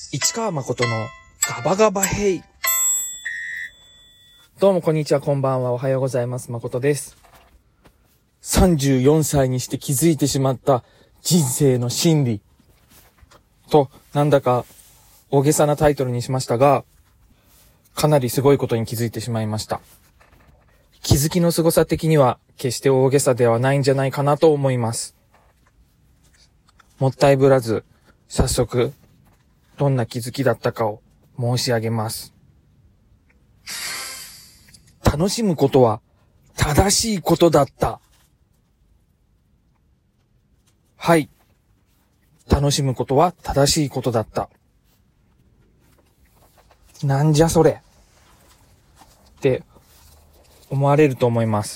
市川誠のガバガバヘイ。どうもこんにちは、こんばんは、おはようございます。誠です。34歳にして気づいてしまった人生の真理と、なんだか大げさなタイトルにしましたが、かなりすごいことに気づいてしまいました。気づきの凄さ的には決して大げさではないんじゃないかなと思います。もったいぶらず、早速どんな気づきだったかを申し上げます。楽しむことは正しいことだった。はい。楽しむことは正しいことだった。なんじゃそれって思われると思います。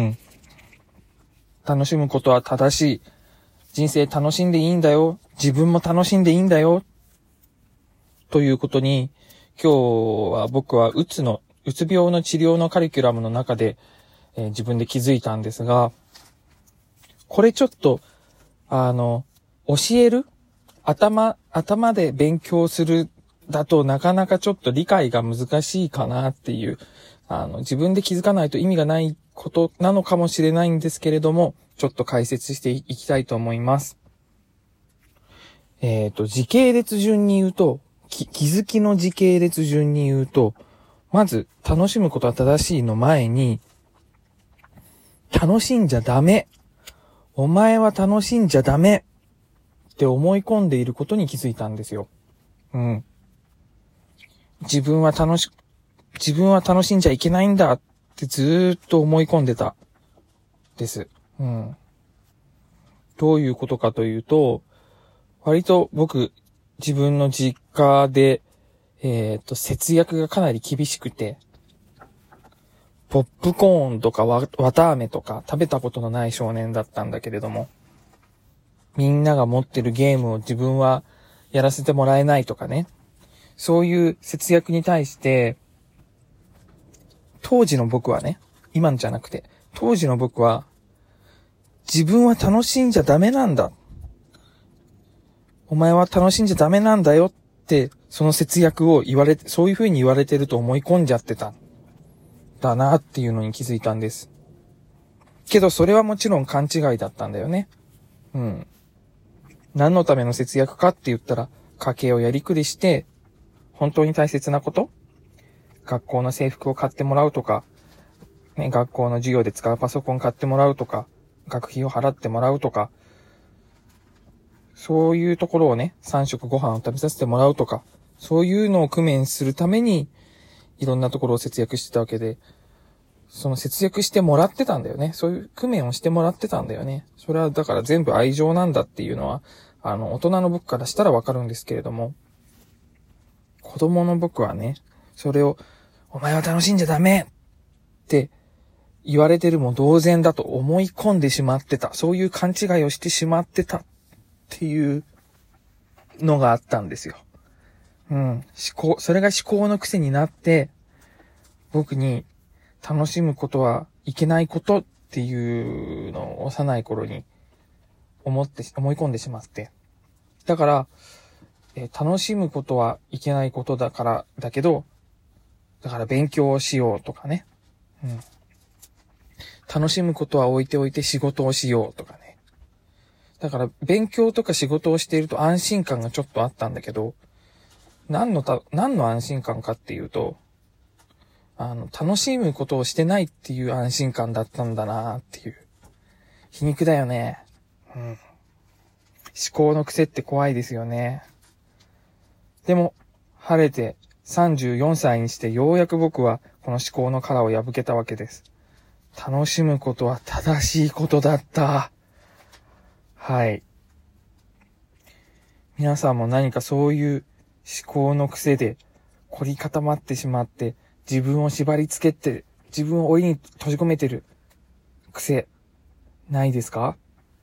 楽しむことは正しい。人生楽しんでいいんだよ。自分も楽しんでいいんだよ。ということに、今日は僕はうつ病の治療のカリキュラムの中で、自分で気づいたんですが、これちょっと、教える頭で勉強するだとなかなかちょっと理解が難しいかなっていう、自分で気づかないと意味がないことなのかもしれないんですけれども、ちょっと解説していきたいと思います。時系列順に言うと、気づきの時系列順に言うと、まず楽しむことは正しいの前に、楽しんじゃダメ。お前は楽しんじゃダメって思い込んでいることに気づいたんですよ。自分は楽しんじゃいけないんだってずーっと思い込んでた。です。どういうことかというと、割と僕、自分の実家で、節約がかなり厳しくて、ポップコーンとか綿飴とか食べたことのない少年だったんだけれども、みんなが持ってるゲームを自分はやらせてもらえないとかね、そういう節約に対して、当時の僕はね、今のじゃなくて、当時の僕は、自分は楽しんじゃダメなんだ。お前は楽しんじゃダメなんだよって、その節約をそういう風に言われてると思い込んじゃってた。だなっていうのに気づいたんです。けどそれはもちろん勘違いだったんだよね。何のための節約かって言ったら、家計をやりくりして、本当に大切なこと？学校の制服を買ってもらうとか、ね、学校の授業で使うパソコン買ってもらうとか、学費を払ってもらうとか、そういうところをね、3食ご飯を食べさせてもらうとか、そういうのを工面するために、いろんなところを節約してたわけで、その節約してもらってたんだよね。そういう工面をしてもらってたんだよね。それはだから全部愛情なんだっていうのは、大人の僕からしたらわかるんですけれども、子供の僕はね、それを、お前は楽しんじゃダメって言われてるも同然だと思い込んでしまってた。そういう勘違いをしてしまってたっていうのがあったんですよ。それが思考の癖になって、僕に楽しむことはいけないことっていうのを幼い頃に思い込んでしまって。だから、楽しむことはいけないことだけど、だから勉強をしようとかね。楽しむことは置いておいて仕事をしようとかね。だから勉強とか仕事をしていると安心感がちょっとあったんだけど、何の安心感かっていうと、楽しむことをしてないっていう安心感だったんだなっていう。皮肉だよね。思考の癖って怖いですよね。でも、晴れて34歳にしてようやく僕はこの思考の殻を破けたわけです。楽しむことは正しいことだった。はい。皆さんも何かそういう思考の癖で凝り固まってしまって自分を縛り付けて自分を檻に閉じ込めてる癖ないですか？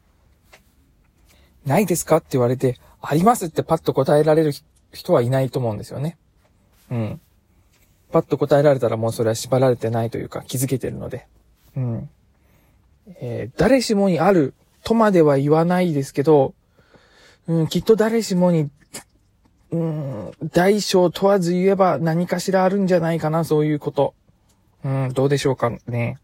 ないですかって言われてありますってパッと答えられる人はいないと思うんですよね。パッと答えられたらもうそれは縛られてないというか気づけてるので。誰しもにあるとまでは言わないですけど、きっと誰しもに大小問わず言えば何かしらあるんじゃないかな、そういうこと。どうでしょうかね。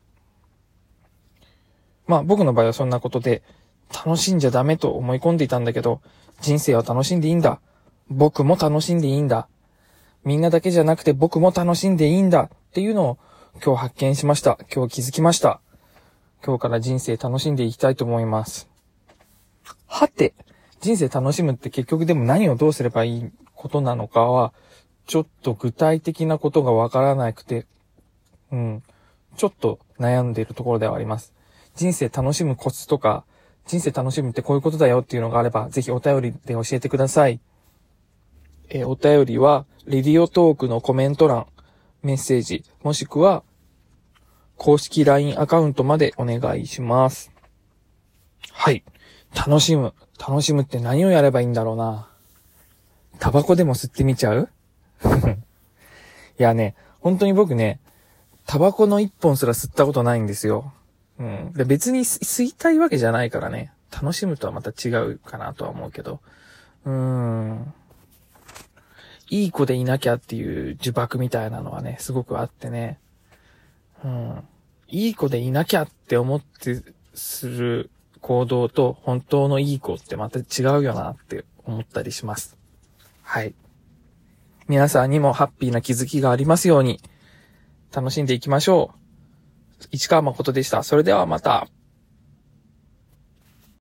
まあ僕の場合はそんなことで、楽しんじゃダメと思い込んでいたんだけど、人生は楽しんでいいんだ。僕も楽しんでいいんだ。みんなだけじゃなくて僕も楽しんでいいんだっていうのを今日発見しました。今日気づきました。今日から人生楽しんでいきたいと思います。はて、人生楽しむって結局でも何をどうすればいいことなのかは、ちょっと具体的なことがわからなくて、ちょっと悩んでいるところではあります。人生楽しむコツとか、人生楽しむってこういうことだよっていうのがあれば、ぜひお便りで教えてください。お便りは、レディオトークのコメント欄、メッセージ、もしくは、公式 LINE アカウントまでお願いします。はい。楽しむって何をやればいいんだろうな。タバコでも吸ってみちゃういやね、本当に僕ね、タバコの一本すら吸ったことないんですよ。で別に吸いたいわけじゃないからね。楽しむとはまた違うかなとは思うけど。いい子でいなきゃっていう呪縛みたいなのはね、すごくあってね。いい子でいなきゃって思ってする行動と本当のいい子ってまた違うよなって思ったりします。はい。皆さんにもハッピーな気づきがありますように楽しんでいきましょう。市川誠でした。それではまた。